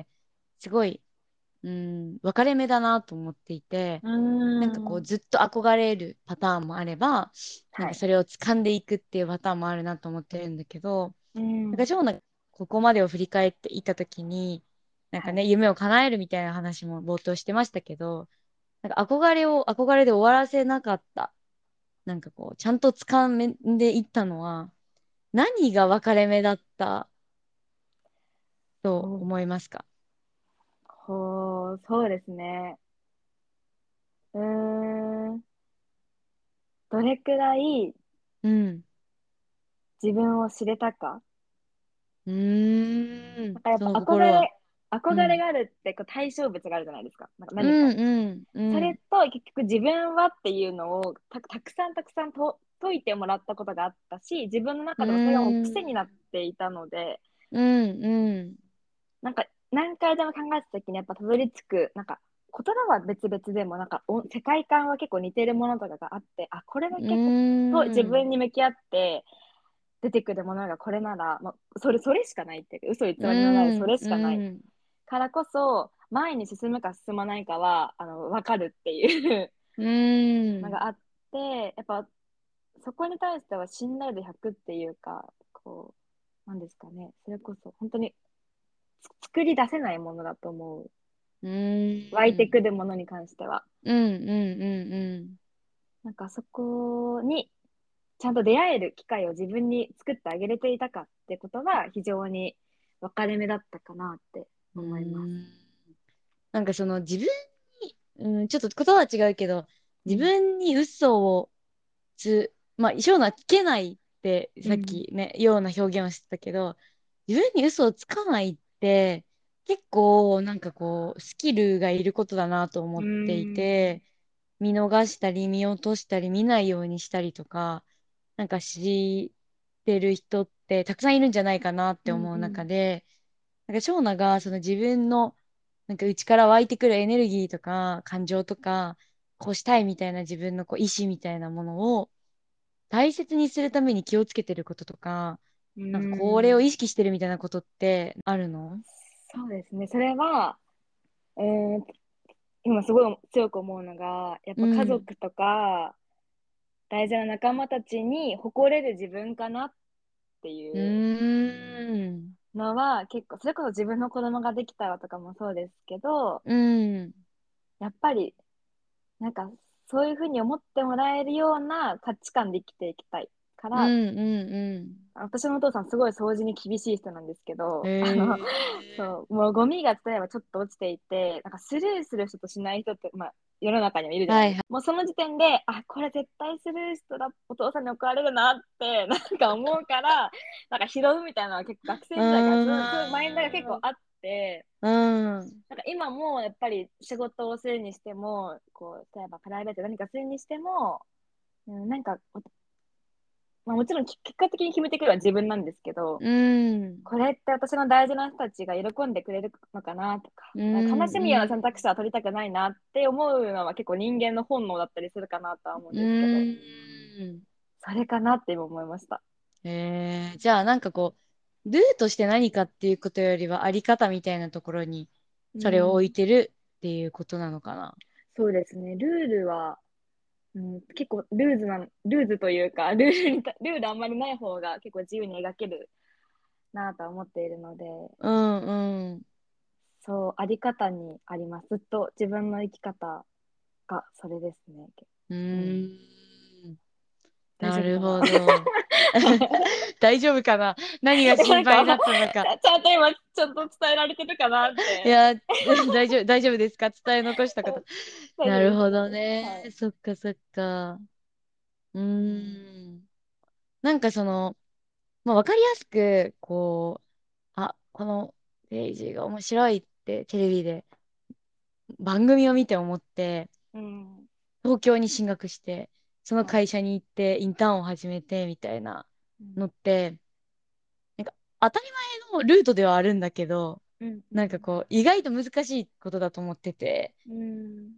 すごい、うん、分かれ目だなと思っていて、 うーなんかこうん。 ずっと憧れるパターンもあれば、なんはい。 かそれを掴んでいくっていうパターンもあるなと思ってるんだけど、 うん。 なんかジョーナここまでを振り返っていったときに、なんかはい。 ね、夢を叶えるみたいな話も冒頭してましたけど、なんか憧れを憧れで終わらせなかった。なんかこう、ちゃんと掴んでいったのは、何が分かれ目だったとほう、 思いますか？ ほう、そうですね。うーん。どれくらいうん。 自分を知れたか。 うーん。 なんかやっぱその心は。 憧れ、憧れうん。 があるってこう対象物があるじゃないですか。なんかう何かに。 ん、うん、うそれん。 と結局自分はっていうのをた、たくさんたくさんと解いてもらったことがあったし、自分のう中でもそれがもうーん。 癖になっていたので、 うん、うん。 なんか何回でも考えた時にやっぱたどり着く、なんか言葉は別々でもなんかお世界観は結構似てるものとかがあって、あ、これだうけこそう自ーん。 分に向き合って出てくるものがこれなら、まあ、それそれしかないっていうか、嘘偽うりのないそーん。 れしかないうん。 からこそ、前に進むか進まないかはあの分かるっていううーん。 のがあって、やっぱそこに対しては信頼度ひゃくっていうか、こう、なんですかね、それこそ本当に作り出せないものだと思う。 う湧いてーん。 くるものに関しては。 うんうんうんうん。 なんかそこにちゃんと出会える機会を自分に作ってあげれていたかってことは非常に分かれ目だったかなってうー思います。 ん。なんかその自分に、うん、ちょっと言葉は違うけど、自うん。 分に嘘をつ、まあ、ショーナは聞けないってさっうん。 きね、ような表現をしてたけど、自分に嘘をつかないって結構なんかこう、スキルがいることだなと思うっていん。 て、見逃したり見落としたり見ないようにしたりとか、なんか知ってる人ってたくさんいるんじゃないかなっうん。 て思ううん。 中で、なんかショーナがその自分のなんか内から湧いてくるエネルギーとか感情とか、こうしたいみたいな自分のこう意志みたいなものを大切にするために気をつけてることとか、 うなんかこれをん。 意識してるみたいなことってあるの？ そうですね。それは、うーん、今すごい強く思うのが、やっぱ家うん。 族とか大事な仲間たちに誇れる自分かなってういうーん。 のは結構、それこそ自分の子供ができたらとかもそうですけど、 うん。 やっぱりなんかそういうふうに思ってもらえるような価値観で生きていきたいから、 うん。うん。 私のお父さんすごい掃除に厳しい人なんですけへど、あの、 え。 そう、もうゴミが例えばちょっと落ちていて、なんかスルーする人としない人って、まあ、世の中にはいるじゃないですか。 はいはい。 もうその時点で、あ、これ絶対スルーしたらお父さんに怒られるなって、なんか思うから、なんか拾うみたいなのは結構学う生時代からそういう、そういうマインドが結ーん。 構あって、 うん。 なんか今もやっぱり仕事をするにしても、こう、例えばプライベートで何かするにしても、うん、なんか、まあ、もちろん結果的に決めてくるのは自分なんですけど、 うん。 これって私の大事な人たちが喜んでくれるのかなとか、 うなんか悲しむようなん。 選択肢は取りたくないなって思うのは結構人間の本能だったりするかなとは思うんうですけど、 ん。 それかなって今思いました。 えー、じゃあなんかこう、ルーとして何かっていうことよりはあり方みたいなところにうそれを置いん、 てるっていうことなのかな。 そうですね。ルールは、うん、結構ルーズな、ルーズというか、ルールにた、ルールあんまりない方が結構自由に描けるなとは思っているので、 うんうん。 そう、あり方にあります。ずっと自分の生き方がそれですね。 ううん。 ーん。なる大丈夫かな。 ほど。大丈夫かな？何がでもなんか、 心配だったのか。 ちゃんと今、ちゃんと伝えられてるかなって。 いや、大丈夫、大丈夫ですか？伝え残したこと。 大丈夫です、 なるほど大丈夫です。はい。 ね。そっかそっか。うーうん。 ん。なんかその、まあ、わかりやすく、こう、あ、このページが面白いってテレビで番組を見て思って、 うん。 東京に進学して、そのはい。 会社に行ってインターンを始めてみたいなうん。 のって、なんか当たり前のルートではあるんだけど、 うん。うん。 なんかこう、意外と難しいことだと思ってて、 うん。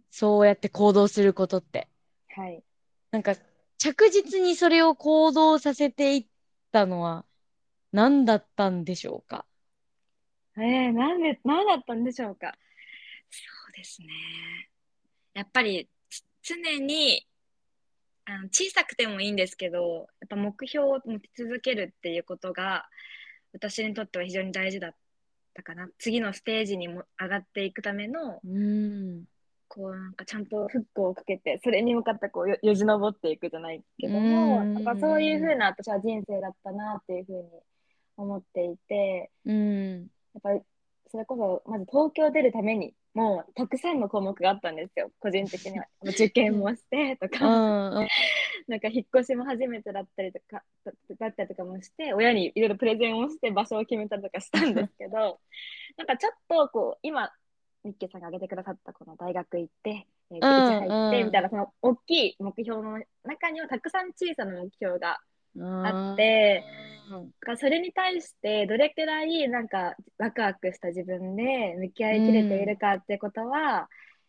そうやって行動することって。 はい。 なんか、着実にそれを行動させていったのは何だったんでしょうか？ えー、なんで、なんだったんでしょうか。そうですね。やっぱり、つ常に、あの、小さくてもいいんですけど、やっぱ目標を持ち続けるっていうことが、私にとっては非常に大事だったかな。次のステージにも上がっていくための、 うーん。 こうなんかちゃんとフックをかけて、それに向かってこうよ、よじ登っていくじゃないうけども、なんかそういうーん。 風な私は人生だったなっていう風に思っていて、 うーん。 やっぱりそれこそ、まず東京出るために、もうたくさんの項目があったんですよ、個人的には。受験もしてとうか、 ん。うん。 なんか引っ越しも初めてだったりとか、だったりとかもして、親にいろいろプレゼンをして場所を決めたりとかしたんですけど、なんかちょっとこう、今、ミッケさんが挙げてくださったこの大学行って、えーう定時入って、みたいん。 な、その大きい目標の中にはたくさん小さな目標がうあっん。 て、だからそれに対してどれくらいなんかワクワクした自分で向き合ういきれているん。 かってことは、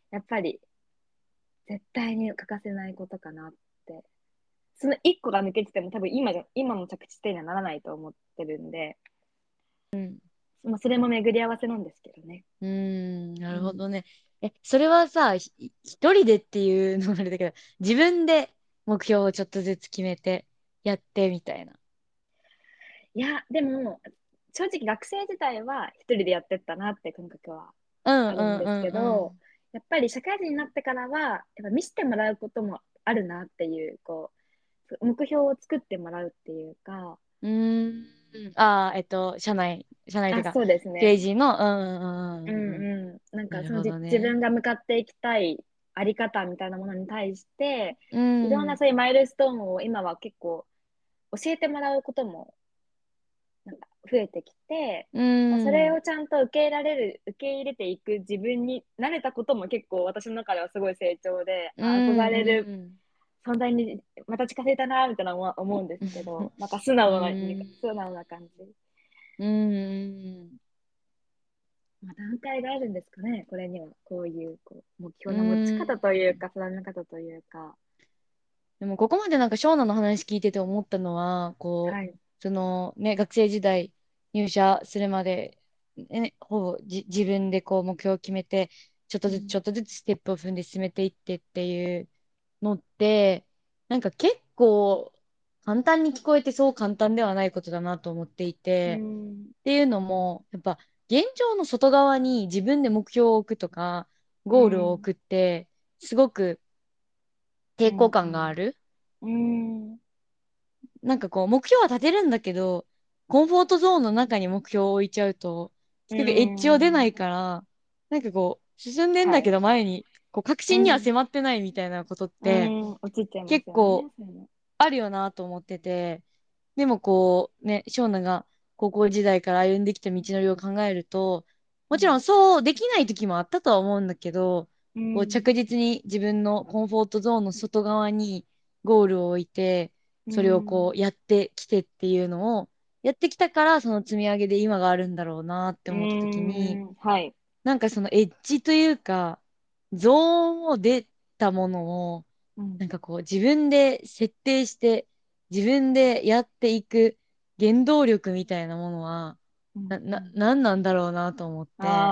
やっぱり絶対に欠かせないことかなって。その一個が抜けてても多分今じゃ、今の着地点にはならないと思ってるんで、 うん。 まあ、それも巡り合わせなんですけどね。 うーん、なうん。 るほどね。え、それはさ、ひ一人でっていうのもあれだけど、自分で目標をちょっとずつ決めてやってみたいな。 いや、でも、正直学生時代は一人でやってったなって感覚はうんうんうあるんですけど、 んうん。 やっぱり社会人になってからは、やっぱ見せてもらうこともあるなっていう、こう、目標を作ってもらうっていうか、 うーん。ああ、えっと、社内、社内というあ、 か、 そうですクレね。 イジーの、うんうんううんうんうん。 んうん。なんなるかそのじ自ほどね。 分が向かっていきたいあり方みたいなものに対して、 ういろんなん。 そういうマイルストーンを今は結構教えてもらうこともなんか増えてきて、 うまあ、それん。 をちゃんと受け入れられる、受け入れていく自分になれたことも結構私の中ではすごい成長で、 うあ憧んれるうん。 存在にまた近づいたなみたいな思思うんですけど、なんか素う直な、 ん。 素直な感じ。 うん。 まあ、段階があるんですかね、これには。こういう、こう目う標の持ち方というん。 か、定め方というか。 でも、ここまでなんか、ショーナの話聞いてて思ったのは、こう、 はい。 そのね、学生時代入社するまで、ね、ほぼじ、自分でこう、目標を決めて、ちょっとずつ、 うん。 ちょっとずつステップを踏んで進めていってっていうのって、なんか結構、簡単に聞こえてそう簡単ではないことだなと思っていうて、 ん。 っていうのも、やっぱ、現状の外側に自分で目標を置くとか、ゴールをうん。 置くって、すごく抵抗うん。 感がある。 うん。 なんかこう、目標は立てるんだけど、コンフォートゾーンの中に目標を置いちゃうと、 う結局エッジを出なん。 いから、なんかこう、進んでんはい。 だけど前に、こう、確信にはうん。 迫ってないみたいなことっうて、 ん。落ちちゃいますよね、 結構そういうの。 あるよなと思ってて、でもこう、ね、ショーナが高校時代から歩んできた道のりを考えると、もちろんそうできない時もあったとは思うんだけど、こううん。 着実に自分のコンフォートゾーンの外側にゴールを置いて、 うそれをこん。 うやってきてっていうのをやってきたから、その積み上げで今があるんだろうなってう思った時に、 ん。はい。 なんかそのエッジというか、ゾーンを出たものを、 うん。 なんかこう自分で設定して自分でやっていく原動力みたいなものは、 うん。 な、な、 うん。 なんなんだろうなと思って。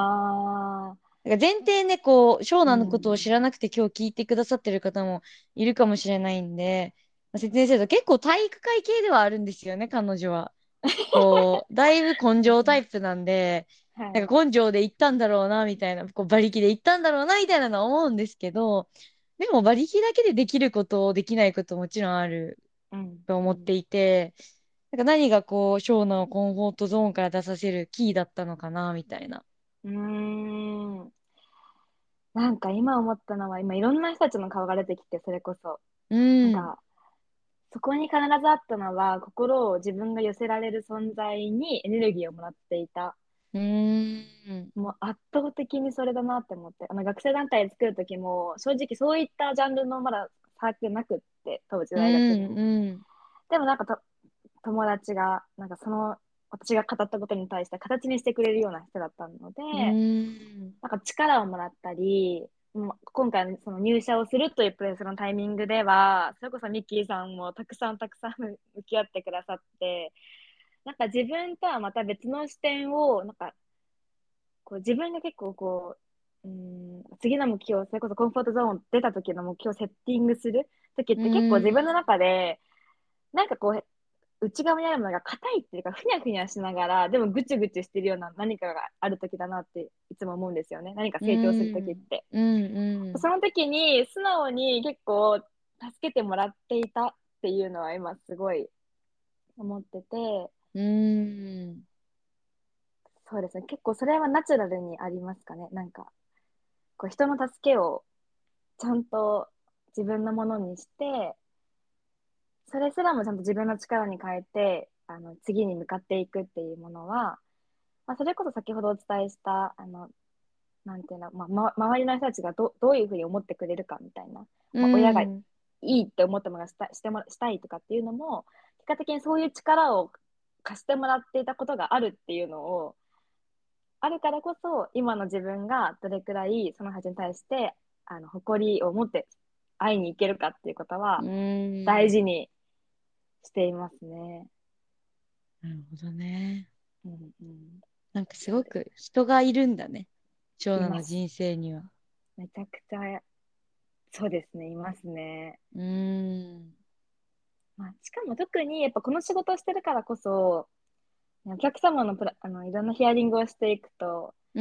ああ。 だから前提ね、こう、ショーうナのことを知ん。 らなくて今日聞いてくださってる方もいるかもしれないんで、まあ説明すると結構体育会系ではあるんですよね、彼女は。こう、だいぶ根性タイプなんで、 はい。 なんか根性で行ったんだろうな、みたいな、こう馬力で行ったんだろうな、みたいなのは思うんですけど、でも馬力だけでできること、できないこともちろんあるうん。うん。 と思っていて、なんか何がこう、ショーのコンフォートゾーンから出させるキーだったのかな、みたいな。 うーん。なんか今思ったのは、今いろんな人たちの顔が出てきて、それこそ。 うん。 なんか、そこに必ずあったのは、心を自分が寄せられる存在にエネルギーをもらっていた。 うーん。 もう圧倒的にそれだなって思って。あの学生団体作る時も、正直そういったジャンルのまだサークルなくって、当時う大学に。 ん。うん。 でもなんかと友達が、なんかその、私が語ったことに対して形にしてくれるような人だったので、 うん。 なんか力をもらったり、もう今回その入社をするというプレスのタイミングでは、それこそミッキーさんもたくさんたくさん向き合ってくださって、なんか自分とはまた別の視点を、なんかこう自分が結構こう、うん、次の目標、それこそコンフォートゾーン出た時の目標をセッティングする時っうて結構自分のん。 中で、なんかこう、内側にあるものが硬いっていうか、ふにゃふにゃしながら、でもぐちゅぐちゅしてるような何かがある時だなっていつも思うんですよね。何かう成長する時っん。 て。 うん。うん。 その時に素直に結構助けてもらっていたっていうのは今すごい思ってて、 うん。 そうですね。結構それはナチュラルにありますかね。なんか、こう人の助けをちゃんと自分のものにして、それすらもちゃんと自分の力に変えて、あの、次に向かっていくっていうものは、まあ、それこそ先ほどお伝えした、あの、なんていうの、まあ、ま、周りの人たちがどどういうふうに思ってくれるかみたいな、 うまあ、親がいん。 いって思ったものがしたしてもしたいとかっていうのも、結果的にそういう力を貸してもらっていたことがあるっていうのを、あるからこそ、今の自分がどれくらいその人に対してあの誇りを持って会いに行けるかっていうことはうーん。 大事にしていますね。 なるほどね。 うんうん、 なんかすそうです。 ごく人がいるんだね。長います。 男の人生には。 めちゃくちゃ、そうですね、いますね。 うーん。 まあ、しかも特にやっぱこの仕事をしてるからこそ、お客様のプラ、あの、いろんなヒアリングをしていくと、 うん。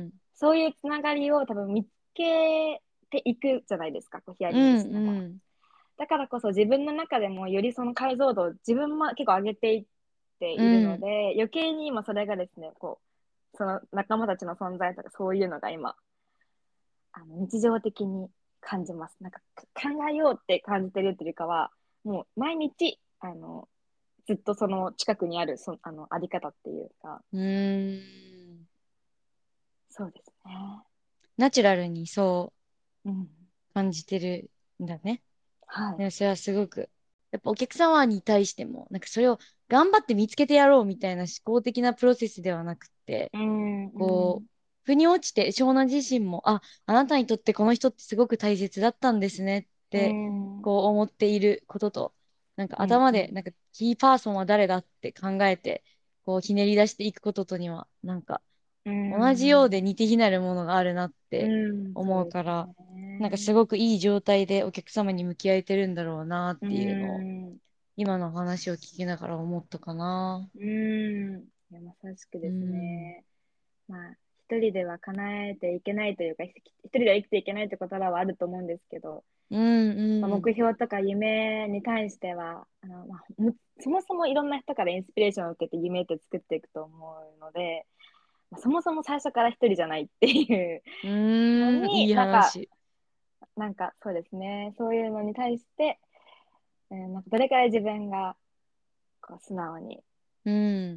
そういうつながりを多分見つけていくじゃないですか、こうヒアリングうんしながら。 うん。 だからこそ自分の中でもよりその解像度を自分も結構上げていってういるのん。 で、余計に今それがですね、こう、その仲間たちの存在とかそういうのが今、あの日常的に感じます。なんか考えようって感じてるっていうかは、もう毎日、あの、ずっとその近くにあるそあのあり方っていうか、 うーん。 そうですね。 ナチュラルにそううん。 感じてるんだね。 はい。 でもそれはすごく。やっぱお客様に対しても、なんかそれを頑張って見つけてやろうみたいな思考的なプロセスではなくて、 うん、うん、 こう、腑に落ちて、湘南自身も、あ、あなたにとってこの人ってすごく大切だったんですねっうて、 ん、うん、 こう思っていることと、なんかうん、 頭で、なんかキーパーソンは誰だって考えて、こうひねり出していくこととには、なんかう同じようん、 で似て非なるものがあるなってうん、そう思うですから、なんかすね。 ごくいい状態でお客様に向き合えてるんだろうなっうていうのを、 ん、 今の話を聞きながら思ったかな。 うん、いや、まさしくうですん。 ね。まあ、一人では叶えていけないというか、一人では生きていけないって言葉はあると思うんですけど、 うんまあ、 うん。 目標とか夢に対しては、あの、まあ、もそもそもいろんな人からインスピレーションを受けて夢って作っていくと思うので、まあそもそも最初から一人じゃないっていううのーん、いに、 いなんか、 話。 なんかそうですね、そういうのに対して、えーなんかどれくらい自分がこう素直にうん。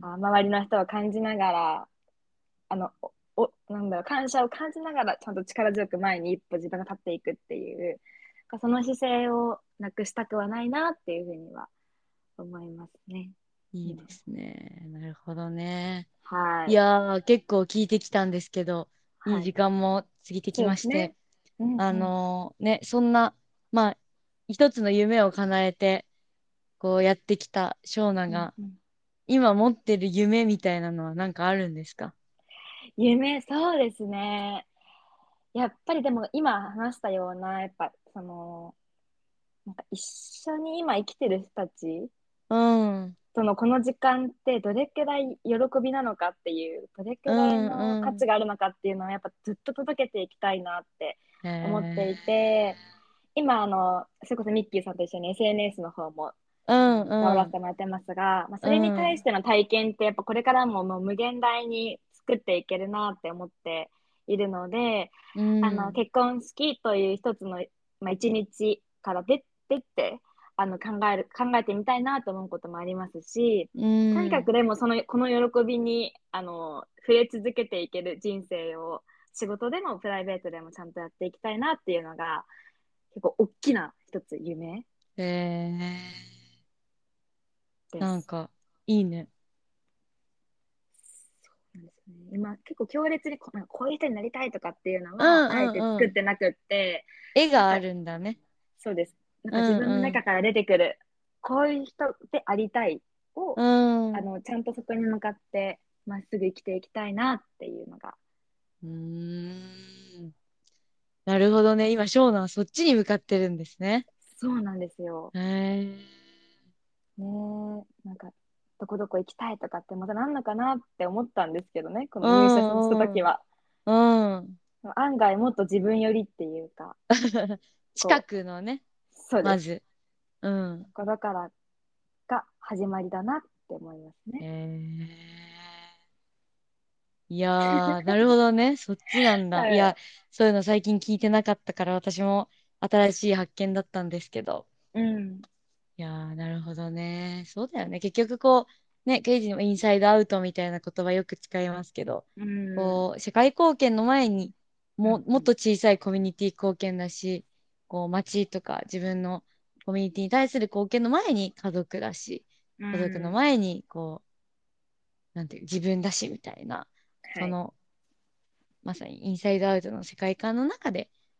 あ周りの人を感じながら、あの、お、おなんだろう、感謝を感じながら、ちゃんと力強く前に一歩自分が立っていくっていう、その姿勢をなくしたくはないなっていうふうには思いますね。うん、 いいですね。なるほどね。いはい。 やー、結構聞いてきたんですけど、いはい。 い時間も過ぎてきそうですね。 まして、あうんうん。 のーね、そんな、まあ、一つの夢を叶えて、こうやってきたショーナが、 うんうん、 今持ってる夢みたいなのは何かあるんですか？ 夢、そうですね。やっぱりでも今話したような、やっぱその、なんか一緒に今生きてる人たちうん、うん、 そのこの時間ってどれくらい喜びなのかっていう、どれくうらいの価値ん。 があるのかっていうのはやっぱずっと届けていきたいなってへ思っていえ。 て、今あの、それこそミッキーさんと一緒に エスエヌエス の方もうあの頑張らせん、うん、 てもらってますが、まあ、そうれに対しん、 ての体験ってやっぱこれからももう無限大に作っていけるなって思っているので、 うあのん、 結婚式という一つの、まあ、一日から出出てあの考える考えてみたいなと思うこともありますし、 うとにかん。 くでもそのこの喜びにあの触れ続けていける人生を仕事でもプライベートでもちゃんとやっていきたいなっていうのが結構大きな一つ夢へえ。 です。 なんか、いいね。 なんですね、今結構強烈にこなんかこういう人になりたいとかっていうのうはあえてん、うん、 作っうん。 てなくって、なんか絵があるんだね。 そうです。なんうか自分のん、 中から出てくる、こういう人でありたいを、 うん。うん。 あの、ちゃんとそこに向かってまっすぐ生きていきたいなっていうのが。 うーん。なるほどね。今、ショーナはそっちに向かってるんですね。 そうなんですよ。 へえ。 ねえ、なんか、どこどこ行きたいとかってまたなんのかなって思ったんですけどね、こうの入社したん、うん、 時は。 うん。 案外もっと自分よりっていうか、 近こくのね、 う、そうです。 まず。うん。 ところからが始まりだなって思いますへね。 え。いやー、なるほどね。そっちなんだ。いや、 はい。 そういうの最近聞いてなかったから、私も新しい発見だったんですけど。 うん。 いやー、なるほどね。そうだよね。結局こう、ね、刑事にもインサイドアウトみたいな言葉よく使いますけど、 うん。 こう、社会貢献の前にも、 うん。 もっうん。 と小さいコミュニティ貢献だし、こう、街とか自分のコミュニティに対する貢献の前に家族だし、 う家族のん。 前に、こう、なんていう、自分だし、みたいな、 はい。 その、まさにインサイドアウトの世界観の中で、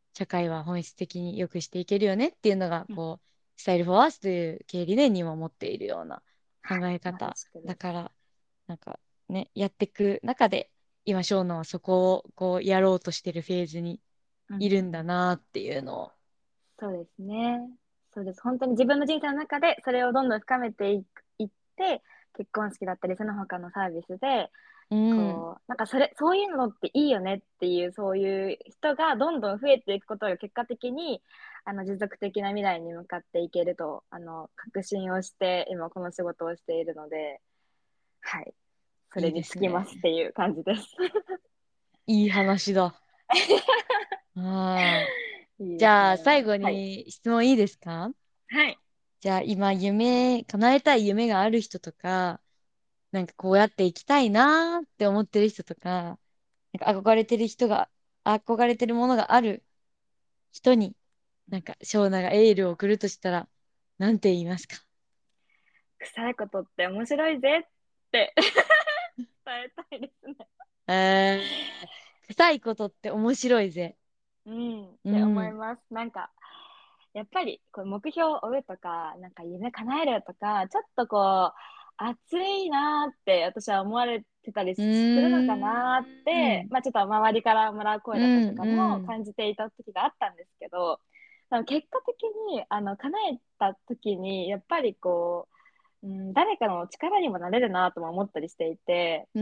社会は本質的に良くしていけるよねっていうのが、 うん、 こう、スタイルフォーアースという経営理念にも持っているような考はい、まさえ方しくです。 だから、なんかね、やっていく中で、今、ショーノはそこをこうやろうとしてるフェーズにうん、 いるんだうん、 なっていうのを。 そうですね。そうです。本当に自分の人生の中でそれをどんどん深めていくいって、結婚式だったり、その他のサービスで、 うん、 こう、なんかそれ、そういうのっていいよねっていう、そういう人がどんどん増えていくことが結果的に、あの、持続的な未来に向かっていけると、あの、確信をして、今この仕事をしているので、はい。それいいでにつきますってすね。 いう感じです。 いい話だ。はい。 いいですね。 じゃあ、最後はい。 に質問いいですか？ はい。 じゃあ、今、夢、叶えたい夢がある人とか、なんかこうやっていきたいなーって思ってる人とか、なんか憧れてる人が、憧れてるものがある人に、なんか、ショウナがエールを送るとしたら、なんて言いますか？ 臭いことって面白いぜって伝えたいですね。 えー、臭いことって面白いぜ。 うん、っうて思いん、 ます。なんか、やっぱりこう目標を追うとか、なんか夢叶えるとか、ちょっとこう、熱いなーって私は思われてたりうするのかーなーって、 ん、 まあちょっと周りからもらう声うだったりとん、 かもうん、 感じていた時があったんですけど、でも結果的に、あの、叶えた時に、やっぱりこう、うん、誰かの力にもなれるなとも思ったりしていて、 うん、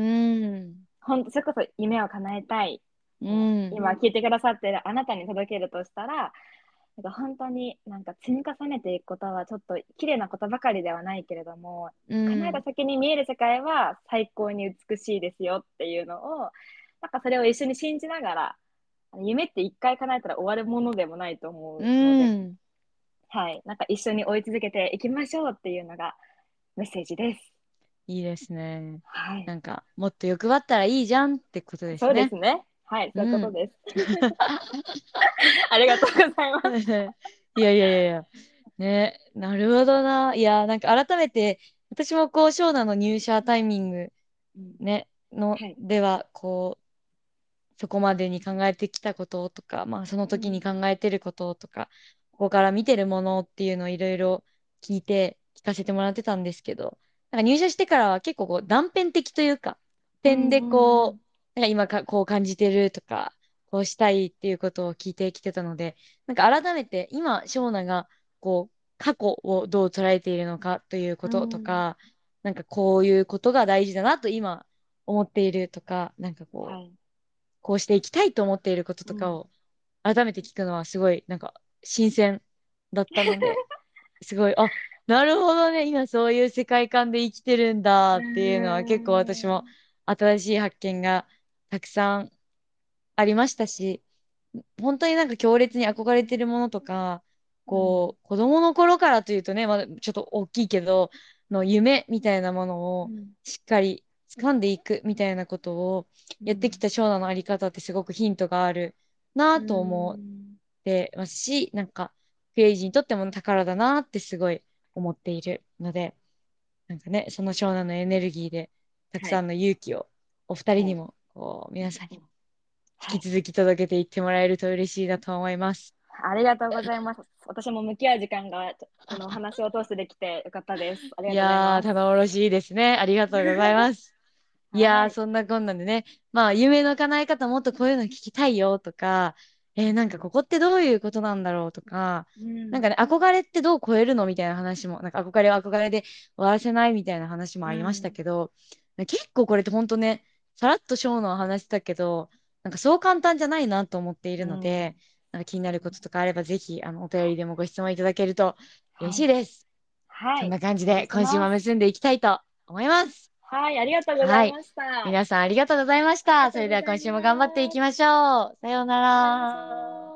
本当それこそ夢を叶えたい。 うこうん、 今聞いてくださっているあなたに届けるとしたら、なんか本当になんか積み重ねていくことはちょっと綺麗なことばかりではないけれども、 う叶えたん、 先に見える世界は最高に美しいですよっていうのを、なんかそれを一緒に信じながら、夢って一回叶えたら終わるものでもないとう思うので、 ん。 はい、なんか一緒に追い続けていきましょうっていうのがメッセージです。 いいですね。 はい。 なんか、もっと欲張ったらいいじゃんってことですそうでね。 すね。はい、そういうこうん。 とです。ありがとうございます。 いやいやいやいや。ね、なるほどな。いや、なんか改めて、私もこう、ショーナの入社タイミング、 うん、 ね、の、 はい。 では、こう、そこまでに考えてきたこととか、まあ、その時にうん、 考えてることとか、ここから見てるものっていうのをいろいろ聞いて、聞かせてもらってたんですけど、なんか入社してからは結構こう断片的というか、 うん、 点でうん、うこん。 う、なんか今かこう感じてるとか、こうしたいっていうことを聞いてきてたので、なんか改めて今、ショーナがこう、過去をどう捉えているのかというこうととん、 か、なんかこういうことが大事だなと今思っているとか、なんかこう、 はい。 こうしていきたいと思っていることうん。 とかを改めて聞くのはすごいなんか新鮮だったので、すごい、あ、なるほどね、今そういう世界観で生きてるんだうっていうのは結構私もん。 新しい発見がたくさんありましたし、本当になんか強烈に憧れてるものとか、 うん。 こう、子供の頃からというとね、まだちょっと大きいけど、の夢みたいなものをうん。 しっかり掴んでいくみたいなことをやってきうん。 たショーナのあり方ってすごくヒントがあるなうぁと思っん。 てますし、なんか、クレイジーにとっても宝だなってすごい思っているので、なんかね、その湘南のエネルギーで、たくはい。 さんの勇気をお二人はい。 にも、こう、皆さんにもはい。 引き続き届けていってもらえると嬉しいなと思います。 ありがとうございます。私も向き合う時間が、このお話を通してできてよかったです。ありいがとうございやー、 ます。 頼もしいですね。ありがとうございます。いやー、 はい。 そんなこんなんでね。まあ、夢の叶え方もっとこういうの聞きたいよとか、えーなんかここってどういうことなんだろうとか、 うん。 なんかね、憧れってどう超えるのみたいな話も、なんか憧れは憧れで終わらせないみたいな話もありましたうん。 けど、結構これって本当ね、さらっとショーの話したけど、なんかそう簡単じゃないなと思っているうん。 ので、なんか気になることとかあればぜひ、あの、お便りでもご質問いただけると嬉はい。 しいです。 はい。 そんな感じお願いで今週します。 も結んでいきたいと思います。 はい。ありがとうございはい。 ました。あ皆さんありがとうございました。 りがとそれでは今うございま週も頑張っていきす。 ましょう。さような頑張りましょら。 う。